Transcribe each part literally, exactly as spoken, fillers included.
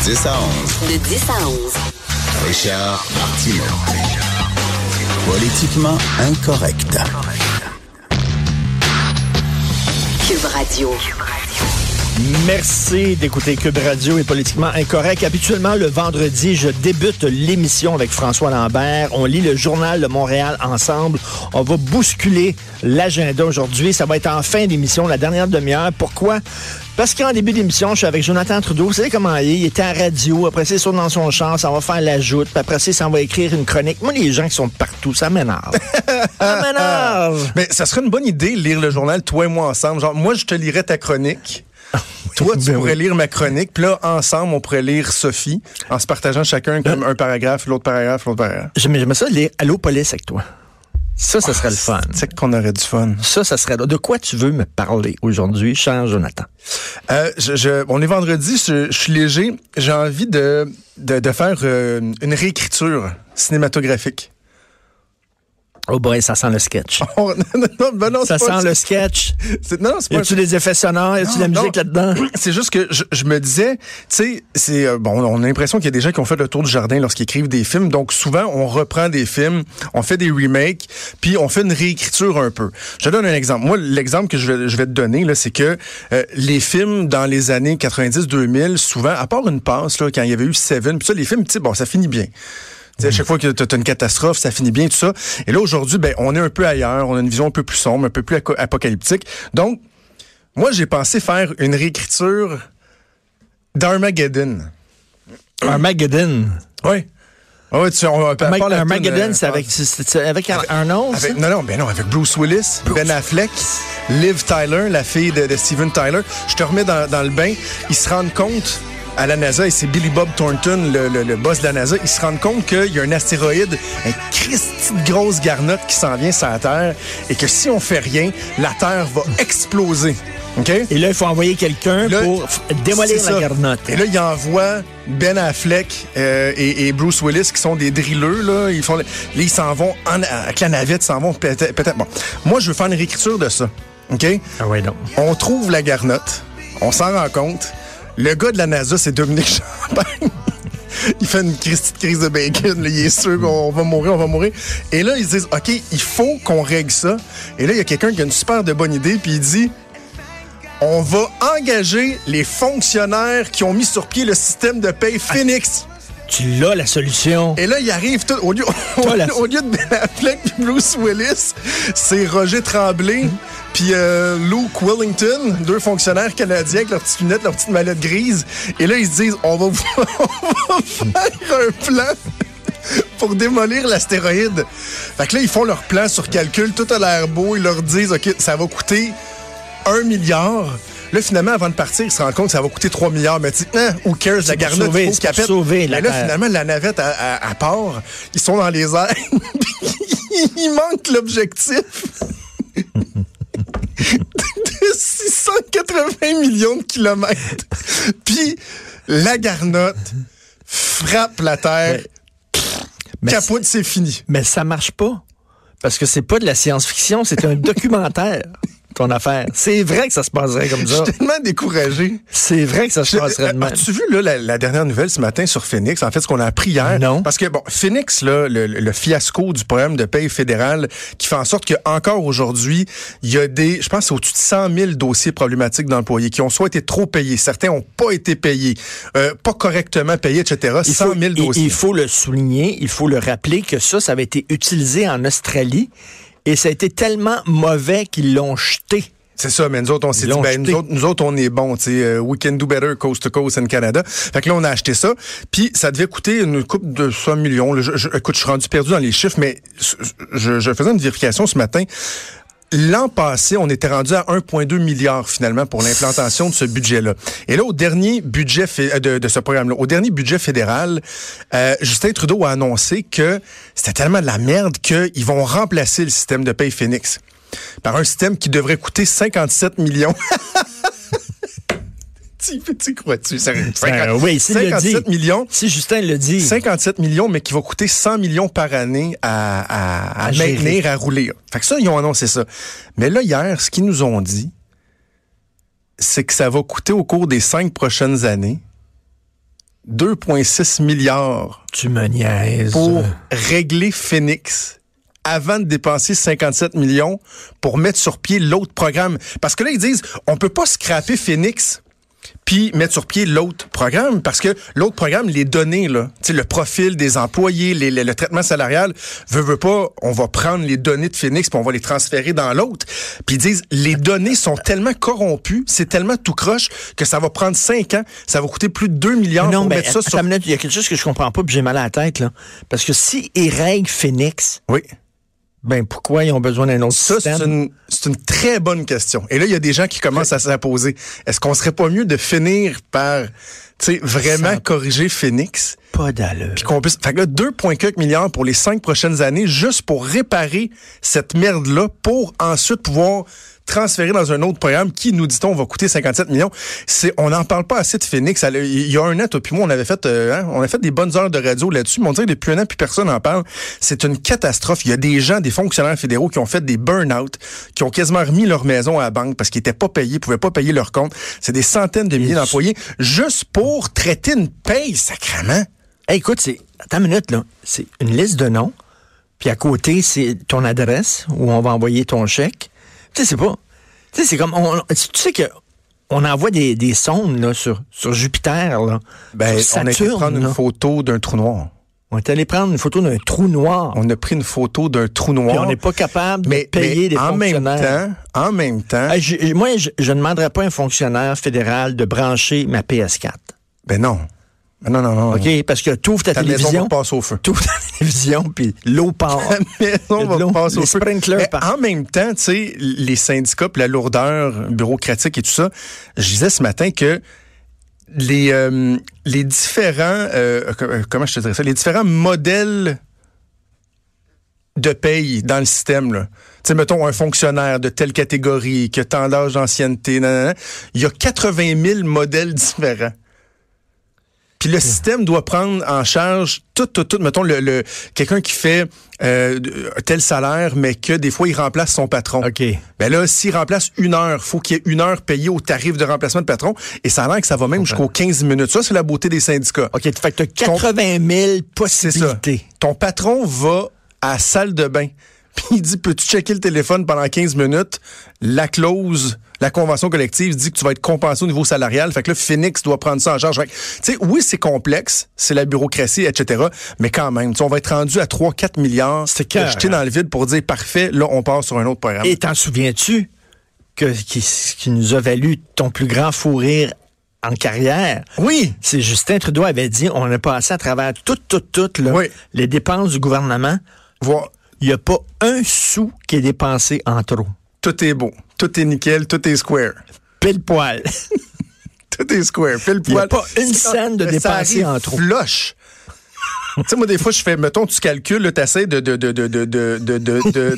dix à onze. De dix à onze. Richard Martineau. Politiquement incorrect. Cube Radio. Merci d'écouter Cube Radio et Politiquement Incorrect. Habituellement, le vendredi, je débute l'émission avec François Lambert. On lit le Journal de Montréal ensemble. On va bousculer l'agenda aujourd'hui. Ça va être en fin d'émission, la dernière demi-heure. Pourquoi? Parce qu'en début d'émission, je suis avec Jonathan Trudeau. Vous savez comment il est? Il était à la radio. Après ça, il sort dans son char. Ça va faire la joute. Puis après ça, ça va écrire une chronique. Moi, les gens qui sont partout, ça m'énerve. Ça m'énerve. Mais ça serait une bonne idée de lire le journal, toi et moi, ensemble. Genre, moi, je te lirais ta chronique. Toi, tu ben pourrais oui. lire ma chronique. Puis là, ensemble, on pourrait lire Sophie, en se partageant chacun comme un paragraphe, l'autre paragraphe, l'autre paragraphe. J'aimais, j'aimais ça lire Allô Police avec toi. Ça, ça serait le fun. C'est qu'on aurait du fun. Ça, ça serait... De quoi tu veux me parler aujourd'hui, cher Jonathan? Euh, je, je, on est vendredi, je, je suis léger. J'ai envie de, de, de faire euh, une réécriture cinématographique. Oh boy, ça sent le sketch. Oh, non, non, ben non, Ça c'est sent pas, le sketch. c'est, non, c'est Y pas a-tu des effets sonores? Y a-tu de la Non, musique non. là-dedans? C'est juste que je, je me disais, tu sais, c'est euh, bon, on a l'impression qu'il y a des gens qui ont fait le tour du jardin lorsqu'ils écrivent des films. Donc souvent, on reprend des films, on fait des remakes, puis on fait une réécriture un peu. Je te donne un exemple. Moi, l'exemple que je vais, je vais te donner là, c'est que euh, les films dans les années quatre-vingt-dix deux mille, souvent, à part une passe là, quand il y avait eu Seven, puis ça, les films, tu sais, bon, ça finit bien. T'sais, à chaque fois que tu as une catastrophe, ça finit bien, tout ça. Et là, aujourd'hui, ben, on est un peu ailleurs, on a une vision un peu plus sombre, un peu plus aco- apocalyptique. Donc, moi, j'ai pensé faire une réécriture d'Armageddon. Armageddon. Oui. Ah ouais, tu, on, Armag- parle à Armageddon, tune, euh, c'est avec, c'est, c'est avec Ar- Arnold? Avec, ça? non, non, ben non, avec Bruce Willis, Ben Affleck, Liv Tyler, la fille de, de Steven Tyler. Je te remets dans, dans le bain. Ils se rendent compte à la NASA, et c'est Billy Bob Thornton, le, le, le boss de la NASA, ils se rendent compte qu'il y a un astéroïde, un Christi de grosse garnotte qui s'en vient sur la Terre, et que si on fait rien, la Terre va exploser. OK? Et là, il faut envoyer quelqu'un Là, pour f- démolir c'est la ça. garnotte. Et là, il envoie Ben Affleck euh, et, et Bruce Willis, qui sont des drilleux, là. Ils font, là, ils s'en vont, en, avec la navette, ils s'en vont peut-être, peut-être. Bon. Moi, je veux faire une réécriture de ça. OK? Ah ouais, non. On trouve la garnotte. On s'en rend compte. Le gars de la NASA, c'est Dominique Champagne. Il fait une crise, crise de bacon. Là, il est sûr qu'on va mourir, on va mourir. Et là, ils se disent, OK, il faut qu'on règle ça. Et là, il y a quelqu'un qui a une super de bonne idée, puis il dit, on va engager les fonctionnaires qui ont mis sur pied le système de paye Phoenix. Tu l'as, la solution. Et là, il arrive tout, au lieu, Toi, la- au lieu de Ben Affleck et Bruce Willis, c'est Roger Tremblay puis euh, Luke Wellington, deux fonctionnaires canadiens avec leurs petites lunettes, leurs petites mallettes grises. Et là, ils se disent, on va, vous- on va faire un plan pour démolir l'astéroïde. Fait que là, ils font leur plan sur calcul, tout a l'air beau. Ils leur disent, OK, ça va coûter un milliard. Là, finalement, avant de partir, ils se rendent compte que ça va coûter trois milliards. Mais tu sais, hein, who cares, la pour garnotte, sauver- il faut c'est qu'elle pour pète. sauver la Mais là, Terre. finalement, la navette, à, à, à part, ils sont dans les airs. Il manque l'objectif de six cent quatre-vingts millions de kilomètres. Puis, la garnotte frappe la Terre. Mais Capote, c'est fini. Mais ça marche pas. Parce que c'est pas de la science-fiction, c'est un documentaire, ton affaire. C'est vrai que ça se passerait comme Je ça. suis tellement découragé. C'est vrai que ça se Je- passerait de euh, même. As-tu vu là, la, la dernière nouvelle ce matin sur Phoenix? En fait, ce qu'on a appris hier. Non. Parce que, bon, Phoenix, là, le, le fiasco du programme de paye fédéral qui fait en sorte qu'encore aujourd'hui, il y a des, je pense, c'est au-dessus de cent mille dossiers problématiques d'employés qui ont soit été trop payés, certains n'ont pas été payés, euh, pas correctement payés, et cetera. Il cent faut, mille il- dossiers. il faut le souligner, il faut le rappeler que ça, ça avait été utilisé en Australie et ça a été tellement mauvais qu'ils l'ont jeté. C'est ça, mais nous autres, on s'est Ils dit, l'ont ben, jeté. nous autres, nous autres, on est bons, tu sais, euh, we can do better coast to coast in Canada. Fait que là, on a acheté ça, puis ça devait coûter une coupe de cent millions. Là. Je, je, écoute, je suis rendu perdu dans les chiffres, mais je, je faisais une vérification ce matin. L'an passé, on était rendu à un virgule deux milliard finalement pour l'implantation de ce budget-là. Et là, au dernier budget fé- de, de ce programme-là, au dernier budget fédéral, euh, Justin Trudeau a annoncé que c'était tellement de la merde qu'ils vont remplacer le système de paye Phoenix par un système qui devrait coûter cinquante-sept millions. Tu tu crois-tu? Sérieux? Euh, oui, s'il le dit. cinquante-sept millions. Si Justin le dit. cinquante-sept millions, mais qui va coûter cent millions par année à, à, à, À maintenir, gérer. à rouler. Fait que ça, ils ont annoncé ça. Mais là, hier, ce qu'ils nous ont dit, c'est que ça va coûter au cours des cinq prochaines années deux virgule six milliards Tu me niaises. pour régler Phoenix avant de dépenser cinquante-sept millions pour mettre sur pied l'autre programme. Parce que là, ils disent, on peut pas scraper Phoenix puis mettre sur pied l'autre programme, parce que l'autre programme, les données, là, tu sais, le profil des employés, les, les, le traitement salarial, veut, veut pas, on va prendre les données de Phoenix puis on va les transférer dans l'autre. Puis ils disent, les données sont tellement corrompues, c'est tellement tout croche que ça va prendre cinq ans, ça va coûter plus de deux milliards non, pour mais mettre ça sur... Attends une minute, il y a quelque chose que je comprends pas puis j'ai mal à la tête, là. Parce que si ils règlent Phoenix, Oui. ben pourquoi ils ont besoin d'un autre Ça, système? c'est une, c'est une très bonne question. Et là, il y a des gens qui commencent à se la poser. Est-ce qu'on serait pas mieux de finir par, tu sais, vraiment Ça- corriger Phoenix? Pas d'allure. Puis qu'on puisse. Fait que là, deux virgule quatre milliards pour les cinq prochaines années, juste pour réparer cette merde-là, pour ensuite pouvoir transférer dans un autre programme qui, nous dit-on, va coûter cinquante-sept millions. C'est, on n'en parle pas assez de Phoenix. Elle, il y a un an, toi puis moi, on avait fait, euh, hein, on a fait des bonnes heures de radio là-dessus, mais on dirait que depuis un an, puis personne n'en parle. C'est une catastrophe. Il y a des gens, des fonctionnaires fédéraux qui ont fait des burn-out, qui ont quasiment remis leur maison à la banque parce qu'ils n'étaient pas payés, pouvaient pas payer leur compte. C'est des centaines de milliers Et d'employés juste pour traiter une paye, sacrément. Hey, écoute, c'est. Attends une minute, là. C'est une liste de noms. Puis à côté, c'est ton adresse où on va envoyer ton chèque. Tu sais, c'est pas. Tu sais, c'est comme. On, tu sais que. On envoie des, des sondes là, sur, sur Jupiter, là. Ben, sur on a été Saturne, prendre là. une photo d'un trou noir. On est allé prendre une photo d'un trou noir. On a pris une photo d'un trou noir. Puis on n'est pas capable mais, de payer mais des en même fonctionnaires. temps, en même temps, Hey, je- moi, je ne demanderais pas à un fonctionnaire fédéral de brancher ma P S quatre. ben non. Ben non, non, non. OK? Parce que tu ouvres ta, Ta maison télévision. va passer au feu. Tu ouvres ta télévision, puis l'eau part. Ta maison va L'eau, passer au les feu. sprinklers Mais partent. en même temps, tu sais, les syndicats, puis la lourdeur bureaucratique et tout ça, je disais ce matin que les, euh, les différents, euh, comment je te dirais ça, les différents modèles de paye dans le système, là. Tu sais, mettons un fonctionnaire de telle catégorie, qui a tant d'âge d'ancienneté, nanana, il y a quatre-vingt mille modèles différents. Puis le système doit prendre en charge tout, tout, tout. Mettons, le, le quelqu'un qui fait euh, tel salaire, mais que des fois, il remplace son patron. OK. Ben là, s'il remplace une heure, faut qu'il y ait une heure payée au tarif de remplacement de patron. Et ça a l'air que ça va même jusqu'aux quinze minutes. Ça, c'est la beauté des syndicats. OK, fait que tu as quatre-vingt mille C'est ça. possibilités. Ton patron va à la salle de bain. Puis il dit, peux-tu checker le téléphone pendant quinze minutes? La clause, la convention collective dit que tu vas être compensé au niveau salarial. Fait que là, Phoenix doit prendre ça en charge. Tu sais, oui, c'est complexe, c'est la bureaucratie, et cetera. Mais quand même, on va être rendu à trois à quatre milliards C'est clair, jetés dans le vide pour dire, parfait, là, on part sur un autre programme. Et t'en souviens-tu que qui, qui nous a valu ton plus grand fou rire en carrière? Oui! C'est Justin Trudeau avait dit, on a passé à travers toutes, toutes, toutes là, Oui. les dépenses du gouvernement. Voir, Il n'y a pas un sou qui est dépensé en trop. tout est beau, tout est nickel, tout est square. Pile poil. Tout est square, pile Il y a poil. pas une scène de Mais ça dépensé arrive en trop. Flush. Tu sais, moi, des fois, je fais, mettons, tu calcules, tu essaies de, de, de, de, de, de, de, de, de-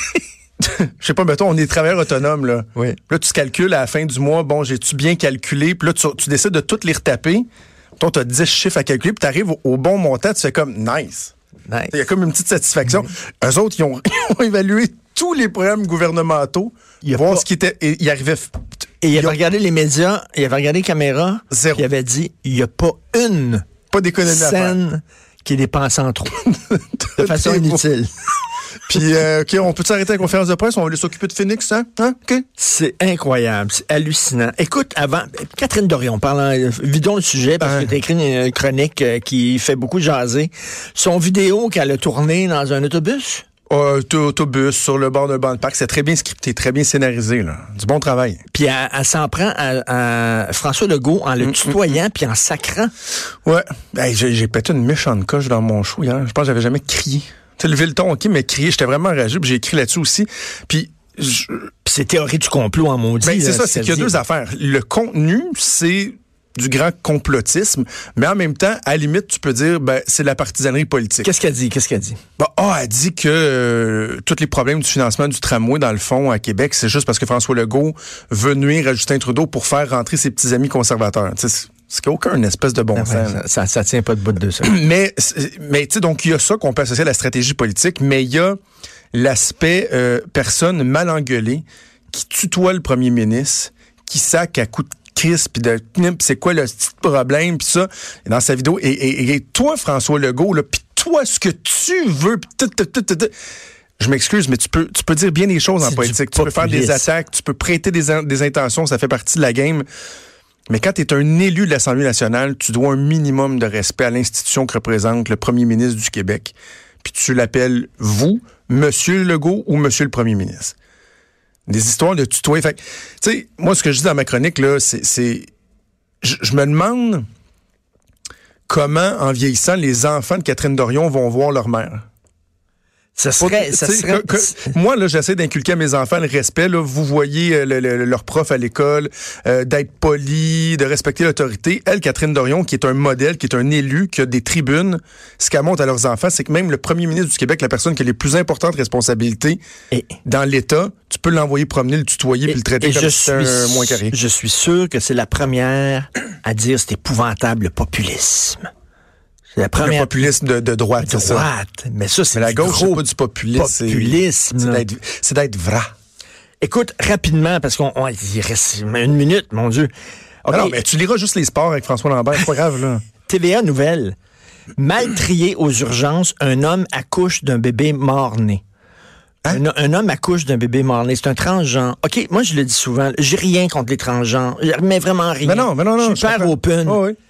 je sais pas, mettons, on est travailleur autonome, là. Oui. Là, tu calcules à la fin du mois, bon, j'ai-tu bien calculé? Puis là, tu, tu décides de toutes les retaper. Mettons, tu as dix chiffres à calculer, puis tu arrives au, au bon montant, tu fais comme, nice. Nice. Il y a comme une petite satisfaction. Eux autres, ils ont, ils ont évalué tous les programmes gouvernementaux, Il y a voir pas- ce qui était. Et il arrivait. Et il Ils avait ont- regardé les médias, il avait regardé les caméras, Zéro. puis il avait dit, il n'y a pas une Pas d'économie à faire. scène qui est dépensée en trop. de façon est beau. inutile. Puis, euh, OK, on peut s'arrêter à la conférence de presse? On va aller s'occuper de Phoenix, hein? Hein? OK? C'est incroyable, c'est hallucinant. Écoute, avant, Catherine Dorion, parlant, vidons le sujet, parce Hein. que tu as écrit une chronique euh, qui fait beaucoup jaser. Son vidéo qu'elle a tournée dans un autobus? Euh, t- autobus sur le bord d'un banc de parc, c'est très bien scripté, très bien scénarisé, là. Du bon travail. Puis elle, elle s'en prend à, à François Legault en le Mm, tutoyant puis en sacrant. Ouais. Hey, j'ai, j'ai pété une méchante coche dans mon show hier. Je pense que j'avais jamais crié. Tu sais, levé le ton, OK, mais crié, j'étais vraiment enragé, puis j'ai écrit là-dessus aussi. Puis, je- Puis c'est théorie du complot en maudit. ben, c'est là, ça, ce c'est qu'elle qu'il y a dit. deux affaires. Le contenu, c'est du grand complotisme, mais en même temps, à la limite, tu peux dire, ben, c'est de la partisanerie politique. Qu'est-ce qu'elle dit? Qu'est-ce qu'elle dit? Bon, ah, elle dit que euh, tous les problèmes du financement du tramway, dans le fond, à Québec, c'est juste parce que François Legault veut nuire à Justin Trudeau pour faire rentrer ses petits amis conservateurs. Tu sais, c'est c'est qu'il n'y a aucun espèce de bon Ah, sens. ouais, ça, ça, ça tient pas de bout de ça. Mais, c'est- mais tu sais, donc, il y a ça qu'on peut associer à la stratégie politique, mais il y a l'aspect euh, personne mal engueulée qui tutoie le premier ministre, qui sac à coups de crise, puis de puis c'est quoi le petit problème, puis ça, dans sa vidéo. Et, et, et toi, François Legault, là, puis toi, ce que tu veux, puis tout, tout, tout, tout, tout. Je m'excuse, mais tu peux, tu peux dire bien des choses en politique. Tu peux faire des attaques, tu peux prêter des, des intentions, ça fait partie de la game. Mais quand tu es un élu de l'Assemblée nationale, tu dois un minimum de respect à l'institution que représente le premier ministre du Québec. Puis tu l'appelles vous, Monsieur Legault ou Monsieur le premier ministre. Des histoires de tutoyer. Fait, tu sais, moi, ce que je dis dans ma chronique, là, c'est... c'est je, je me demande comment, en vieillissant, les enfants de Catherine Dorion vont voir leur mère. Ça serait, ça serait... Que, que, moi, là, j'essaie d'inculquer à mes enfants le respect. Là, vous voyez le, le, leur prof à l'école, euh, d'être poli, de respecter l'autorité. Elle, Catherine Dorion, qui est un modèle, qui est un élu, qui a des tribunes, ce qu'elle montre à leurs enfants, c'est que même le premier ministre du Québec, la personne qui a les plus importantes responsabilités et, dans l'État, tu peux l'envoyer promener, le tutoyer, et, puis le traiter comme si c'était un moins carré. Je suis sûr que c'est la première à dire c'est épouvantable le populisme. C'est la première... Le populisme de, de droite, de c'est droite. ça. Mais ça, c'est Mais la gauche, c'est pas du populisme. populisme. C'est, c'est, d'être, c'est d'être vrai. Écoute, rapidement, parce qu'on on, il reste une minute, mon Dieu. Okay. Non, mais tu liras juste les sports avec François Lambert, c'est pas grave, là. T V A Nouvelle. Mal trié aux urgences, un homme accouche d'un bébé mort-né. Hein? Un, un homme accouche d'un bébé mort-né. C'est un transgenre. OK, moi, je le dis souvent, j'ai rien contre les transgenres. Mais vraiment rien. Mais non, mais non, non. Je suis super open. Oh, oui.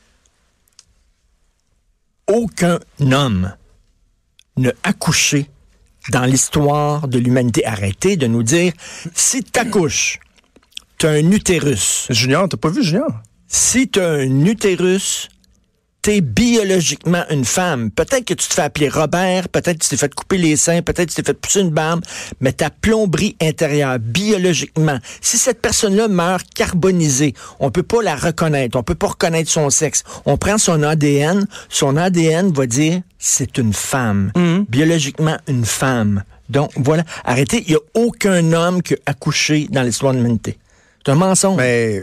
Aucun homme n'a accouché dans l'histoire de l'humanité. Arrêtez de nous dire, si t'accouches, t'as un utérus. Junior, t'as pas vu Junior? Si t'as un utérus, t'es biologiquement une femme. Peut-être que tu te fais appeler Robert, peut-être que tu t'es fait couper les seins, peut-être que tu t'es fait pousser une barbe, mais ta plomberie intérieure, biologiquement, si cette personne-là meurt carbonisée, on peut pas la reconnaître, on peut pas reconnaître son sexe. On prend son A D N, son A D N va dire c'est une femme, mmh. biologiquement une femme. Donc voilà, arrêtez, il y a aucun homme qui a accouché dans l'histoire de l'humanité. C'est un mensonge. Mais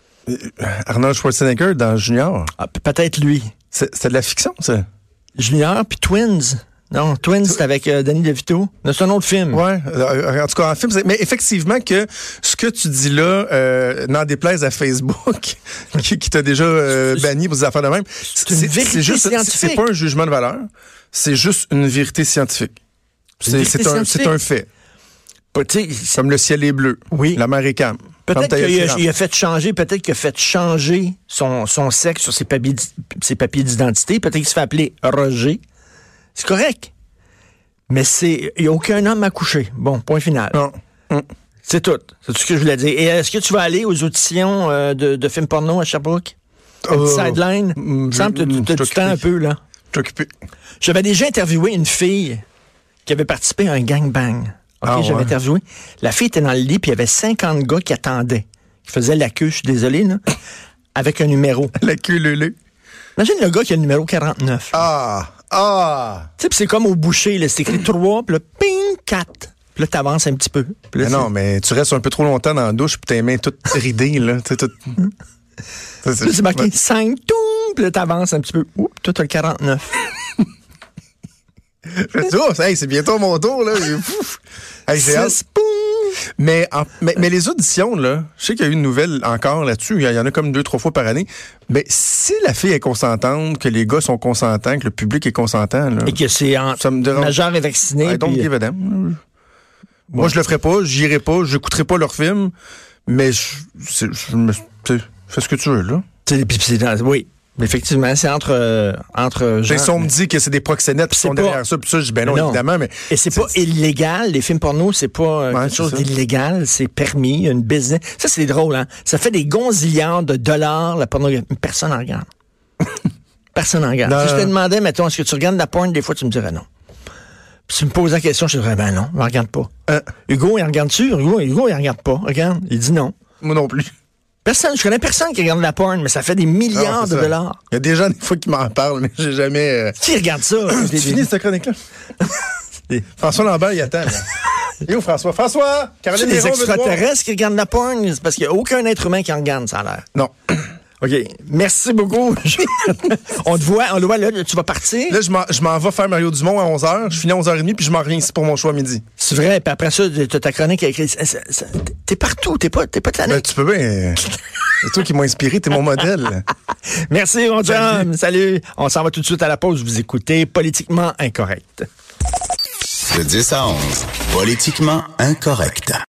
Arnold Schwarzenegger dans Junior. Ah, peut-être lui. C'est, c'est de la fiction, ça? Junior, puis Twins. Non, Twins, c'est avec euh, Danny DeVito. C'est un autre film. Ouais, en tout cas, en film. C'est... Mais effectivement, que ce que tu dis là, euh, n'en déplaise à Facebook, qui, qui t'a déjà euh, banni pour des affaires de même, c'est, c'est une vérité c'est juste, scientifique. C'est pas un jugement de valeur, c'est juste une vérité scientifique. C'est, c'est, vérité c'est, un, scientifique. C'est un fait. Pas, Comme le ciel est bleu. Oui. La mer est calme. Peut-être qu'il a, il a fait changer, peut-être qu'il a fait changer son, son sexe sur ses papiers, ses papiers d'identité. Peut-être qu'il se fait appeler Roger. C'est correct. Mais c'est, il n'y a aucun homme à coucher. Bon, point final. Non. Mm. C'est tout. C'est tout ce que je voulais dire. Et est-ce que tu vas aller aux auditions euh, de, de films porno à Sherbrooke? Euh, Sideline? Il me semble que tu as du temps un peu, là. Je suis occupé. J'avais déjà interviewé une fille qui avait participé à un gangbang. OK, ah, j'avais ouais. interviewé. La fille était dans le lit, puis il y avait cinquante gars qui attendaient, qui faisaient la queue, je suis désolé, là, avec un numéro. La queue leu. Imagine le gars qui a le numéro quarante-neuf. Ah! Ah! Tu sais, puis c'est comme au boucher, là, c'est écrit trois, puis là, ping, quatre. Puis là, t'avances un petit peu. Là, mais non, mais tu restes un peu trop longtemps dans la douche, puis tes mains toutes ridées, là. Tu sais, tout... Ça, c'est... Là, c'est marqué cinq, toum, puis là, t'avances un petit peu. Oups, toi, t'as le quarante-neuf. Oh, hey, c'est bientôt mon tour, là. Hey, j'ai hâte. Mais, en, mais, mais les auditions, là, je sais qu'il y a eu une nouvelle encore là-dessus. Il y en a comme deux, trois fois par année. Mais si la fille est consentante, que les gars sont consentants, que le public est consentant, là. Et que c'est en ça me dérange. Majeur et vacciné. I don't give a damn. Bon. Moi, je le ferai pas, j'irai pas, j'écouterai pas leur film. Mais je, c'est, je me, fais ce que tu veux, là. C'est, c'est dans, oui. Effectivement, c'est entre euh, entre gens. Si on me dit que c'est des proxénètes qui sont pas... derrière ça, puis ça, je dis ben non, non, évidemment, mais et c'est, c'est pas illégal. Les films porno, c'est pas euh, ouais, quelque chose ça. d'illégal, c'est permis, une business. Ça, c'est drôle, hein. Ça fait des gonzillards de dollars la pornographie. Personne n'en regarde. Personne n'en regarde. Non. Si je te demandais, mettons, est-ce que tu regardes la porn, des fois, tu me dirais non. Puis tu me poses la question, je te dirais ben non, je regarde pas. Euh. Hugo, il regarde-tu? Hugo, Hugo, il regarde pas. Regarde, il dit non. Moi non plus. Personne, je connais personne qui regarde la porn, mais ça fait des milliards non, de dollars. Il y a des gens, des fois, qui m'en parlent, mais j'ai jamais... Euh... Qui regarde ça? Tu finis cette chronique-là? François Lambert, il attend. Et où, François? François! Caroline Néron, des extraterrestres qui regardent la porn, c'est parce qu'il n'y a aucun être humain qui en regarde, ça a l'air. Non. OK. Merci beaucoup. On te voit, on le voit là, tu vas partir. Là, je m'en, je m'en vais faire Mario Dumont à onze heures. Je finis à onze heures trente, puis je m'en reviens ici pour mon choix à midi. C'est vrai, puis après ça, tu as ta chronique écrite. T'es partout, t'es pas, t'es pas tanné. Ben, tu peux bien... C'est toi qui m'as inspiré, t'es mon modèle. Merci, mon chum. Salut. On s'en va tout de suite à la pause. Vous écoutez Politiquement Incorrect. De dix à onze, Politiquement Incorrect.